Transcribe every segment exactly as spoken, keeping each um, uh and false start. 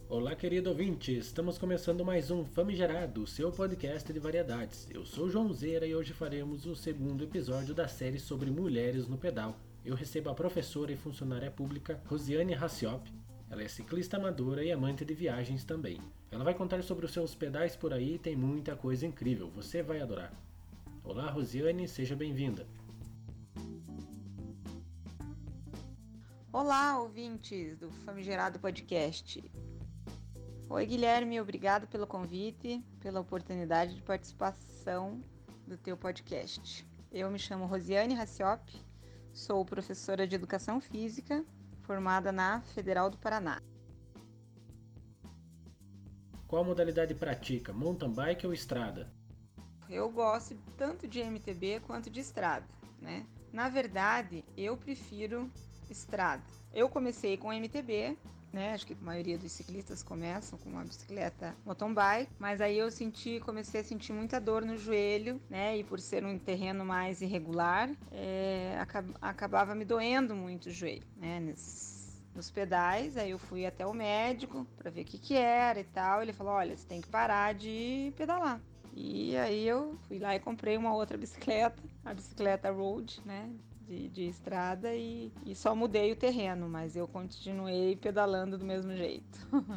Olá, querido ouvinte! Estamos começando mais um Famigerado, seu podcast de variedades. Eu sou João Zeira e hoje faremos o segundo episódio da série sobre mulheres no pedal. Eu recebo a professora e funcionária pública Rosiane Raciop. Ela é ciclista amadora e amante de viagens também. Ela vai contar sobre os seus pedais por aí e tem muita coisa incrível, você vai adorar. Olá, Rosiane, seja bem-vinda. Olá, ouvintes do Famigerado Podcast. Oi, Guilherme, obrigado pelo convite, pela oportunidade de participação do teu podcast. Eu me chamo Rosiane Raciop, sou professora de Educação Física, formada na Federal do Paraná. Qual modalidade pratica, mountain bike ou estrada? Eu gosto tanto de M T B quanto de estrada, né? Na verdade, eu prefiro estrada. Eu comecei com M T B, né? Acho que a maioria dos ciclistas começam com uma bicicleta mountain bike, mas aí eu senti, comecei a sentir muita dor no joelho, né? E por ser um terreno mais irregular, é, acab- acabava me doendo muito o joelho, né? Nesses, nos pedais, aí eu fui até o médico para ver o que que era e tal. Ele falou: olha, você tem que parar de pedalar. E aí eu fui lá e comprei uma outra bicicleta, a bicicleta road, né? De, de estrada e, e só mudei o terreno, mas eu continuei pedalando do mesmo jeito.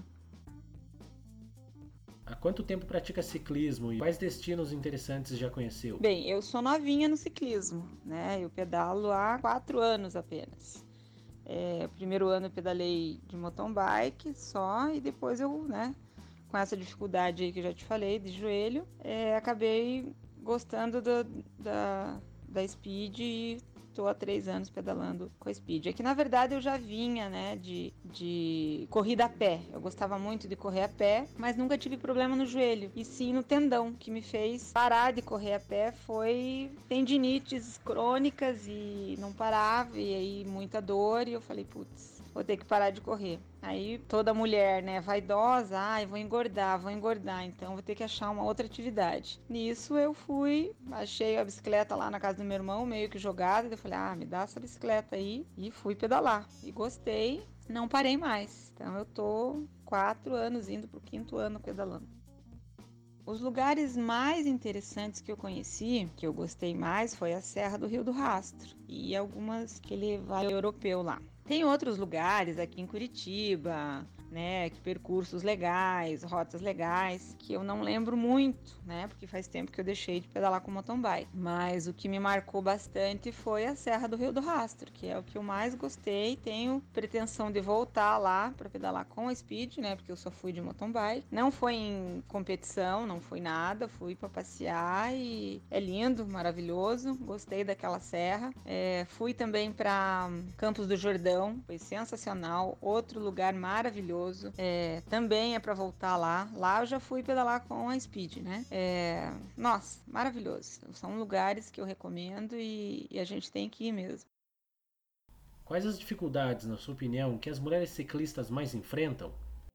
Há quanto tempo pratica ciclismo e quais destinos interessantes já conheceu? Bem, eu sou novinha no ciclismo, né? Eu pedalo há quatro anos apenas. É, primeiro ano eu pedalei de mountain bike só e depois eu, né? Com essa dificuldade aí que eu já te falei, de joelho, é, acabei gostando do, da, da Speed e estou há três anos pedalando com a Speed. É que na verdade eu já vinha, né, de, de corrida a pé. Eu gostava muito de correr a pé, mas nunca tive problema no joelho. E sim no tendão, que me fez parar de correr a pé foi tendinites crônicas e não parava, e aí muita dor, e eu falei, putz, vou ter que parar de correr. Aí toda mulher, né, vaidosa, ai, ah, vou engordar, vou engordar, então vou ter que achar uma outra atividade. Nisso eu fui, achei a bicicleta lá na casa do meu irmão, meio que jogada, eu falei, ah, me dá essa bicicleta aí, e fui pedalar. E gostei, não parei mais. Então eu tô quatro anos indo pro quinto ano pedalando. Os lugares mais interessantes que eu conheci, que eu gostei mais, foi a Serra do Rio do Rastro e algumas, aquele vale europeu lá. Tem outros lugares aqui em Curitiba, né, que percursos legais, rotas legais, que eu não lembro muito, né, porque faz tempo que eu deixei de pedalar com mountain bike. Mas o que me marcou bastante foi a Serra do Rio do Rastro, que é o que eu mais gostei. Tenho pretensão de voltar lá para pedalar com a Speed, né, porque eu só fui de mountain bike. Não foi em competição, não foi nada, fui para passear e é lindo, maravilhoso. Gostei daquela serra. É, fui também para Campos do Jordão. Foi sensacional, outro lugar maravilhoso, é, também é para voltar lá. Lá eu já fui pedalar com a Speed, né? É, nossa, maravilhoso. São lugares que eu recomendo e, e a gente tem que ir mesmo. Quais as dificuldades, na sua opinião, que as mulheres ciclistas mais enfrentam?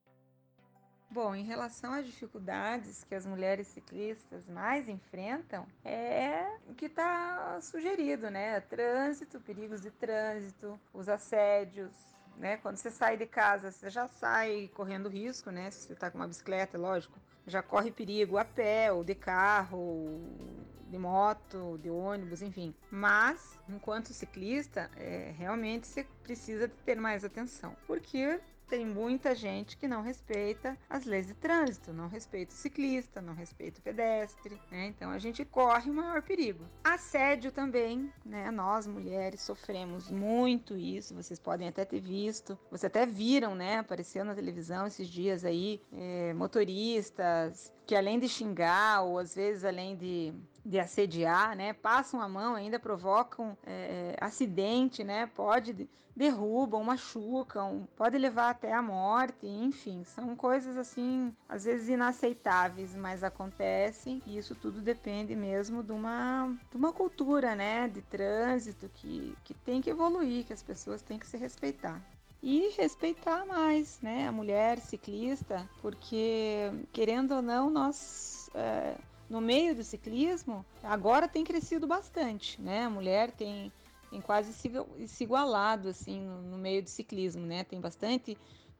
Bom, em relação às dificuldades que as mulheres ciclistas mais enfrentam, é o que está sugerido, né? Trânsito, perigos de trânsito, os assédios, né? Quando você sai de casa, você já sai correndo risco, né? Se você está com uma bicicleta, lógico, já corre perigo a pé, ou de carro, ou de moto, de ônibus, enfim. Mas, enquanto ciclista, é, realmente você precisa ter mais atenção, porque tem muita gente que não respeita as leis de trânsito, não respeita o ciclista, não respeita o pedestre, né? Então a gente corre o maior perigo. Assédio também, né? Nós mulheres sofremos muito isso, vocês podem até ter visto, vocês até viram, né? Apareceu na televisão esses dias aí, é, motoristas que além de xingar ou às vezes além de de assediar, né, passam a mão, ainda provocam é, acidente, né, pode derrubam, machucam, pode levar até a morte, enfim, são coisas assim, às vezes inaceitáveis, mas acontecem e isso tudo depende mesmo de uma, de uma cultura, né, de trânsito que, que tem que evoluir, que as pessoas têm que se respeitar. E respeitar mais, né, a mulher ciclista, porque querendo ou não, nós é, no meio do ciclismo, agora tem crescido bastante, né? A mulher tem, tem quase se, se igualado assim no, no meio do ciclismo, né? Tem bastante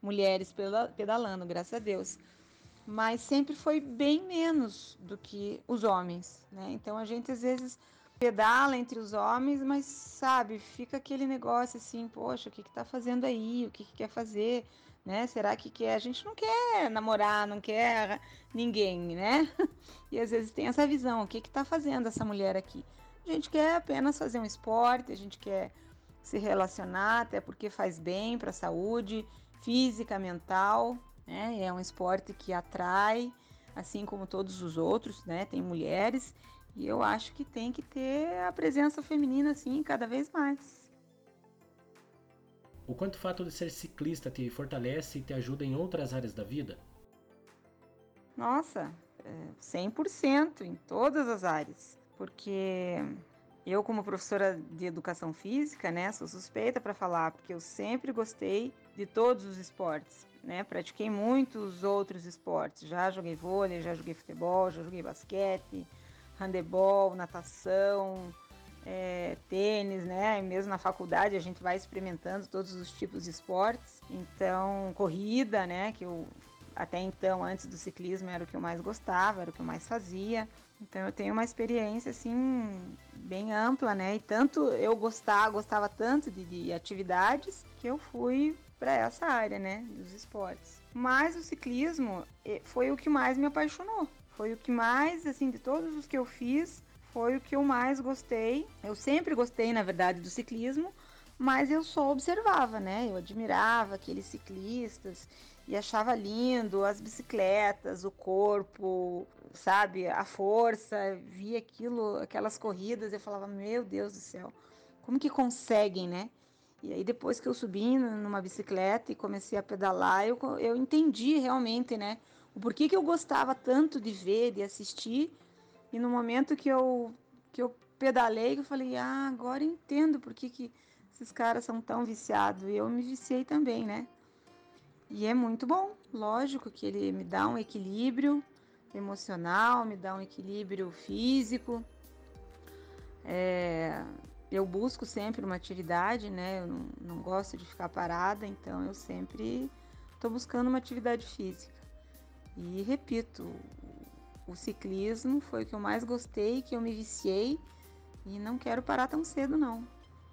mulheres pedalando, graças a Deus. Mas sempre foi bem menos do que os homens, né? Então a gente às vezes pedala entre os homens, mas sabe, fica aquele negócio assim, poxa, o que que tá fazendo aí? O que que quer fazer? Né? Será que quer? A gente não quer namorar, não quer ninguém, né? E às vezes tem essa visão, o que que tá fazendo essa mulher aqui? A gente quer apenas fazer um esporte, a gente quer se relacionar, até porque faz bem para a saúde física, mental, né? É um esporte que atrai, assim como todos os outros, né? Tem mulheres, e eu acho que tem que ter a presença feminina, assim, cada vez mais. O quanto o fato de ser ciclista te fortalece e te ajuda em outras áreas da vida? Nossa, cem por cento em todas as áreas, porque eu, como professora de educação física, né, sou suspeita para falar, porque eu sempre gostei de todos os esportes, né, pratiquei muitos outros esportes, já joguei vôlei, já joguei futebol, já joguei basquete, handebol, natação, é, tênis, né, e mesmo na faculdade a gente vai experimentando todos os tipos de esportes, então corrida, né, que eu até então, antes do ciclismo, era o que eu mais gostava, era o que eu mais fazia. Então eu tenho uma experiência assim bem ampla, né? E tanto eu gostava, gostava tanto de, de atividades que eu fui para essa área, né, dos esportes. Mas o ciclismo foi o que mais me apaixonou. Foi o que mais, assim, de todos os que eu fiz, foi o que eu mais gostei. Eu sempre gostei, na verdade, do ciclismo, mas eu só observava, né? Eu admirava aqueles ciclistas e achava lindo as bicicletas, o corpo, sabe, a força, via aquilo, aquelas corridas, eu falava, meu Deus do céu, como que conseguem, né? E aí depois que eu subi numa bicicleta e comecei a pedalar, eu, eu entendi realmente, né, o porquê que eu gostava tanto de ver, de assistir, e no momento que eu, que eu pedalei, eu falei, ah, agora eu entendo por que que esses caras são tão viciados, e eu me viciei também, né? E é muito bom, lógico que ele me dá um equilíbrio emocional, me dá um equilíbrio físico. É, eu busco sempre uma atividade, né? Eu não, não gosto de ficar parada, então eu sempre estou buscando uma atividade física. E repito, o ciclismo foi o que eu mais gostei, que eu me viciei e não quero parar tão cedo, não.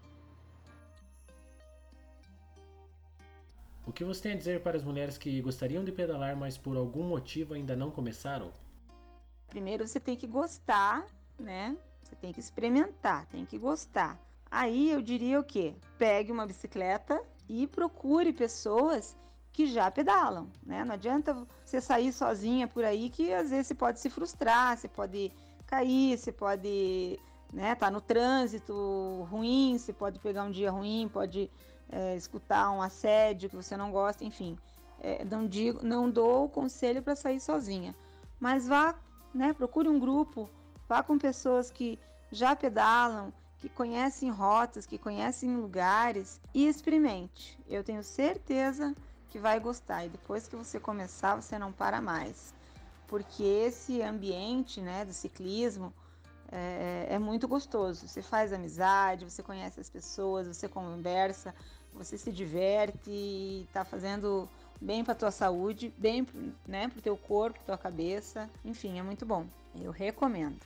O que você tem a dizer para as mulheres que gostariam de pedalar, mas por algum motivo ainda não começaram? Primeiro você tem que gostar, né? Você tem que experimentar, tem que gostar. Aí eu diria o quê? Pegue uma bicicleta e procure pessoas que já pedalam, né? Não adianta você sair sozinha por aí, que às vezes você pode se frustrar, você pode cair, você pode, né, tá no trânsito ruim, você pode pegar um dia ruim, pode é, escutar um assédio que você não gosta, enfim. É, não digo, não dou o conselho para sair sozinha, mas vá, né, procure um grupo, vá com pessoas que já pedalam, que conhecem rotas, que conhecem lugares e experimente. Eu tenho certeza que vai gostar e depois que você começar, você não para mais. Porque esse ambiente, né, do ciclismo é, é muito gostoso. Você faz amizade, você conhece as pessoas, você conversa, você se diverte e está fazendo bem para tua saúde, bem, né, para o teu corpo, tua cabeça. Enfim, é muito bom. Eu recomendo.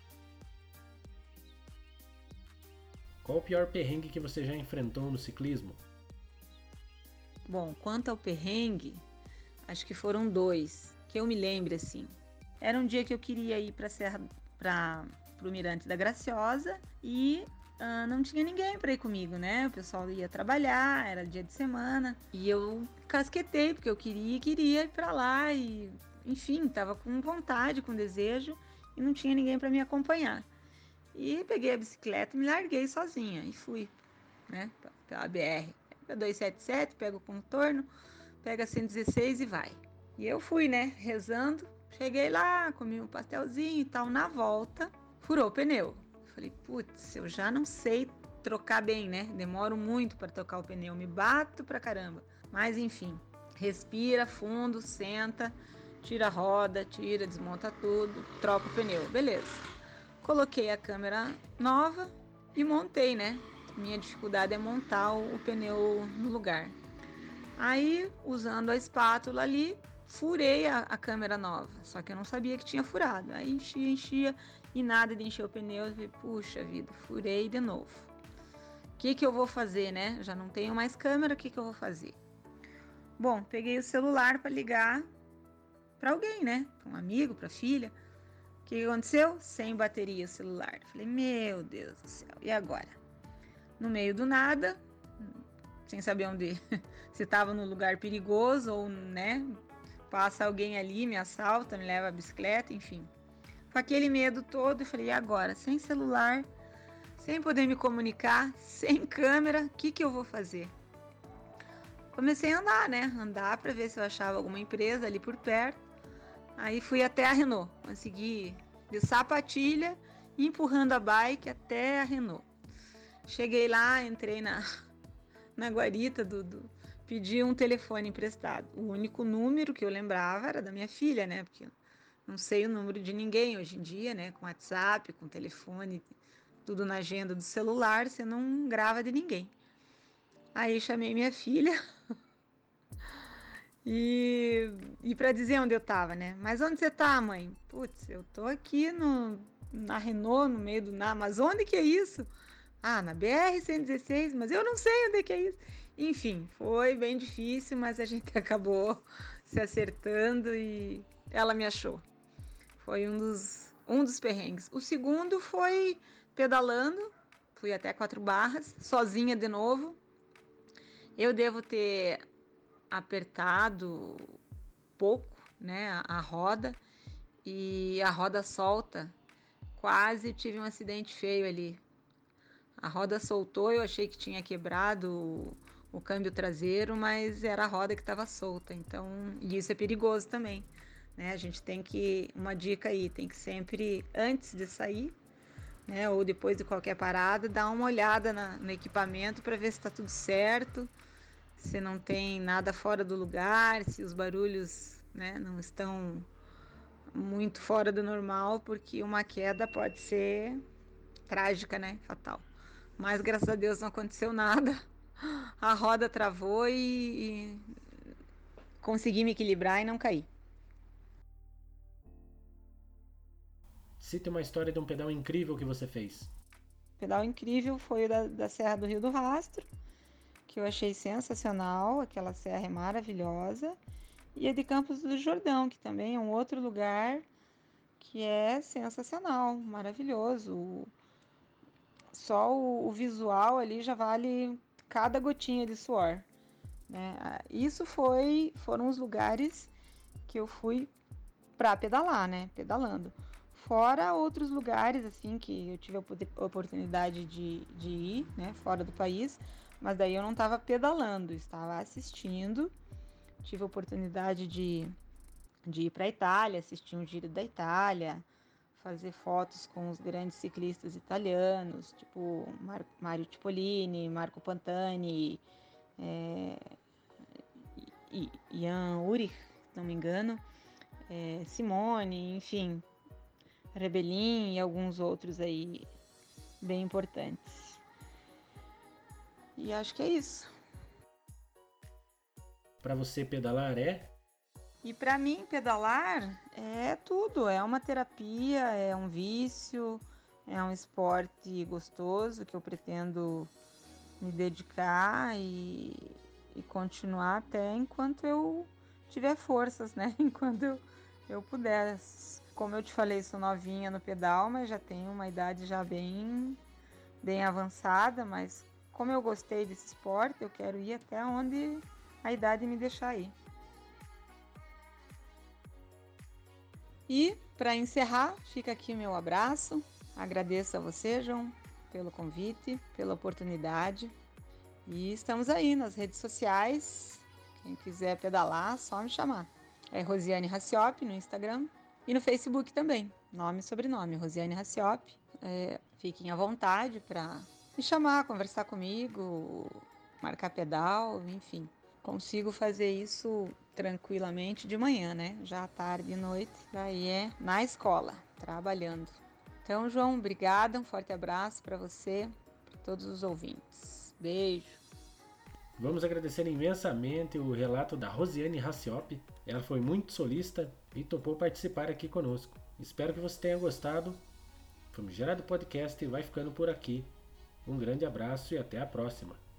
Qual o pior perrengue que você já enfrentou no ciclismo? Bom, quanto ao perrengue, acho que foram dois, que eu me lembre assim. Era um dia que eu queria ir para Serra, para o Mirante da Graciosa e uh, não tinha ninguém para ir comigo, né? O pessoal ia trabalhar, era dia de semana e eu casquetei porque eu queria e queria ir para lá e, enfim, estava com vontade, com desejo e não tinha ninguém para me acompanhar. E peguei a bicicleta e me larguei sozinha e fui, né, pela B R. Pega duzentos e setenta e sete, pega o contorno, pega cento e dezesseis e vai. E eu fui, né, rezando. Cheguei lá, comi um pastelzinho e tal. Na volta, furou o pneu. Falei, putz, eu já não sei trocar bem, né? Demoro muito para trocar o pneu, me bato pra caramba. Mas enfim, respira fundo, senta, tira a roda, tira, desmonta tudo, troca o pneu. Beleza. Coloquei a câmera nova e montei, né? Minha dificuldade é montar o pneu no lugar. Aí, usando a espátula ali, furei a, a câmera nova, só que eu não sabia que tinha furado. Aí enchia, enchia e nada de encher o pneu. Eu falei, puxa vida, furei de novo. O que que eu vou fazer, né? Já não tenho mais câmera, o que que eu vou fazer? Bom, peguei o celular para ligar para alguém, né? Para um amigo, para filha. O que que aconteceu? Sem bateria o celular. Falei, meu Deus do céu, e agora? No meio do nada, sem saber onde, se estava num lugar perigoso ou, né? Passa alguém ali, me assalta, me leva a bicicleta, enfim. Com aquele medo todo, eu falei, e agora? Sem celular, sem poder me comunicar, sem câmera, o que que eu vou fazer? Comecei a andar, né? Andar para ver se eu achava alguma empresa ali por perto. Aí fui até a Renault, consegui de sapatilha, empurrando a bike até a Renault. Cheguei lá, entrei na, na guarita do, do... Pedi um telefone emprestado. O único número que eu lembrava era da minha filha, né? Porque eu não sei o número de ninguém hoje em dia, né? Com WhatsApp, com telefone, tudo na agenda do celular, você não grava de ninguém. Aí chamei minha filha e, e para dizer onde eu tava, né? Mas onde você tá, mãe? Putz, eu tô aqui no, na Renault, no meio do nada. Mas onde que é isso? Ah, na B R cento e dezesseis, mas eu não sei onde que é isso. Enfim, foi bem difícil, mas a gente acabou se acertando e ela me achou. Foi um dos, um dos perrengues. O segundo foi pedalando, fui até Quatro Barras, sozinha de novo. Eu devo ter apertado pouco, né, a, a roda, e a roda solta. Quase tive um acidente feio ali. A roda soltou, eu achei que tinha quebrado o, o câmbio traseiro, mas era a roda que estava solta. Então, e isso é perigoso também, né? A gente tem que, uma dica aí, tem que sempre, antes de sair, né, ou depois de qualquer parada, dar uma olhada na, no equipamento para ver se está tudo certo, se não tem nada fora do lugar, se os barulhos, né, não estão muito fora do normal, porque uma queda pode ser trágica, né, fatal. Mas graças a Deus não aconteceu nada. A roda travou e, e consegui me equilibrar e não cair. Cite uma história de um pedal incrível que você fez. O pedal incrível foi o da, da Serra do Rio do Rastro, que eu achei sensacional. Aquela serra é maravilhosa. E a de Campos do Jordão, que também é um outro lugar que é sensacional, maravilhoso. Só o, o visual ali já vale cada gotinha de suor, né? Isso foi, foram os lugares que eu fui para pedalar, né? Pedalando. Fora outros lugares, assim, que eu tive a oportunidade de, de ir, né? Fora do país, mas daí eu não estava pedalando, estava assistindo. Tive a oportunidade de, de ir para a Itália, assistir um Giro da Itália, fazer fotos com os grandes ciclistas italianos, tipo Mar- Mario Cipollini, Marco Pantani, é, e, Jan Ullrich, se não me engano, é, Simone, enfim, Rebellin e alguns outros aí bem importantes. E acho que é isso. Para você pedalar é? E para mim, pedalar é tudo, é uma terapia, é um vício, é um esporte gostoso que eu pretendo me dedicar e, e continuar até enquanto eu tiver forças, né? Enquanto eu, eu puder. Como eu te falei, sou novinha no pedal, mas já tenho uma idade já bem, bem avançada, mas como eu gostei desse esporte, eu quero ir até onde a idade me deixar ir. E, para encerrar, fica aqui o meu abraço. Agradeço a você, João, pelo convite, pela oportunidade. E estamos aí nas redes sociais. Quem quiser pedalar, só me chamar. É Rosiane Raciop no Instagram e no Facebook também. Nome e sobrenome, Rosiane Raciop. É, fiquem à vontade para me chamar, conversar comigo, marcar pedal, enfim. Consigo fazer isso tranquilamente de manhã, né? Já à tarde e noite, daí é na escola, trabalhando. Então, João, obrigada, um forte abraço para você, para todos os ouvintes. Beijo. Vamos agradecer imensamente o relato da Rosiane Raciop. Ela foi muito solista e topou participar aqui conosco. Espero que você tenha gostado. Famigerado Podcast vai ficando por aqui. Um grande abraço e até a próxima.